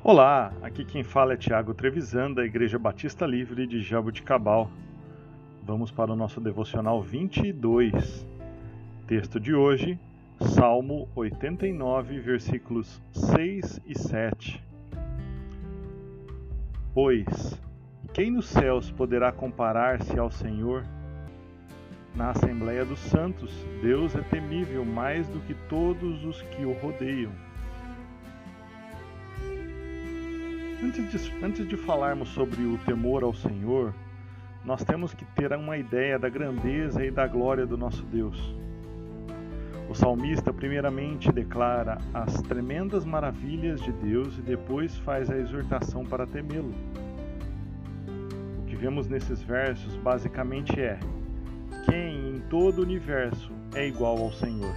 Olá, aqui quem fala é Tiago Trevisan, da Igreja Batista Livre de Jaboticabal. Vamos para o nosso devocional 22. Texto de hoje, Salmo 89, versículos 6 e 7. Pois, quem nos céus poderá comparar-se ao Senhor? Na Assembleia dos Santos, Deus é temível mais do que todos os que o rodeiam. Antes de falarmos sobre o temor ao Senhor, nós temos que ter uma ideia da grandeza e da glória do nosso Deus. O salmista primeiramente declara as tremendas maravilhas de Deus e depois faz a exortação para temê-lo. O que vemos nesses versos basicamente é: quem em todo o universo é igual ao Senhor?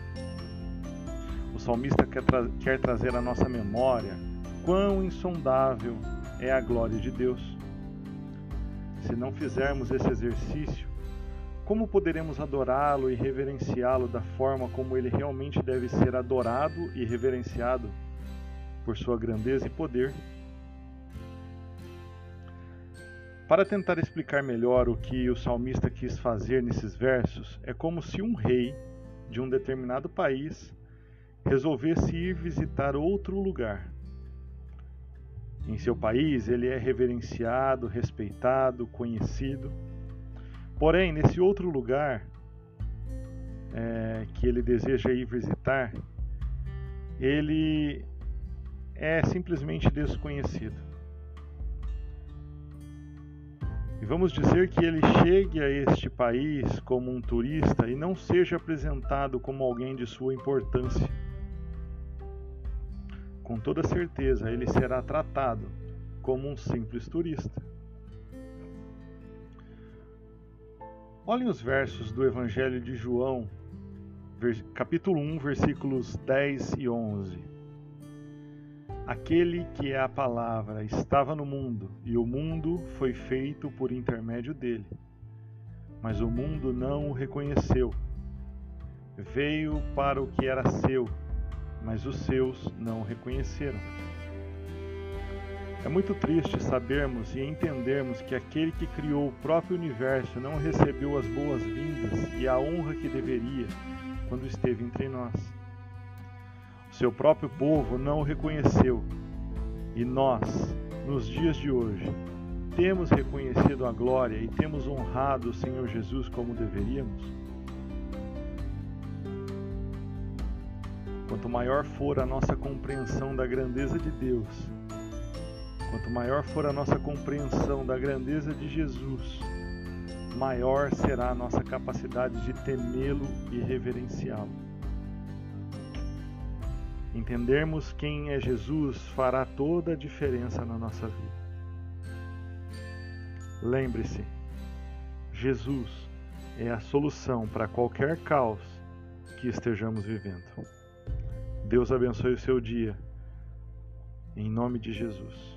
O salmista quer trazer à nossa memória quão insondável é a glória de Deus. Se não fizermos esse exercício, como poderemos adorá-lo e reverenciá-lo da forma como ele realmente deve ser adorado e reverenciado por sua grandeza e poder? Para tentar explicar melhor o que o salmista quis fazer nesses versos, é como se um rei de um determinado país resolvesse ir visitar outro lugar. Em seu país, ele é reverenciado, respeitado, conhecido. Porém, nesse outro lugar que ele deseja ir visitar, ele é simplesmente desconhecido. E vamos dizer que ele chegue a este país como um turista e não seja apresentado como alguém de sua importância. Com toda certeza, ele será tratado como um simples turista. Olhem os versos do Evangelho de João, capítulo 1, versículos 10 e 11. Aquele que é a palavra estava no mundo, e o mundo foi feito por intermédio dele. Mas o mundo não o reconheceu. Veio para o que era seu, mas os seus não o reconheceram. É muito triste sabermos e entendermos que aquele que criou o próprio universo não recebeu as boas-vindas e a honra que deveria quando esteve entre nós. O seu próprio povo não o reconheceu, e nós, nos dias de hoje, temos reconhecido a glória e temos honrado o Senhor Jesus como deveríamos? Quanto maior for a nossa compreensão da grandeza de Deus, quanto maior for a nossa compreensão da grandeza de Jesus, maior será a nossa capacidade de temê-lo e reverenciá-lo. Entendermos quem é Jesus fará toda a diferença na nossa vida. Lembre-se, Jesus é a solução para qualquer caos que estejamos vivendo. Deus abençoe o seu dia, em nome de Jesus.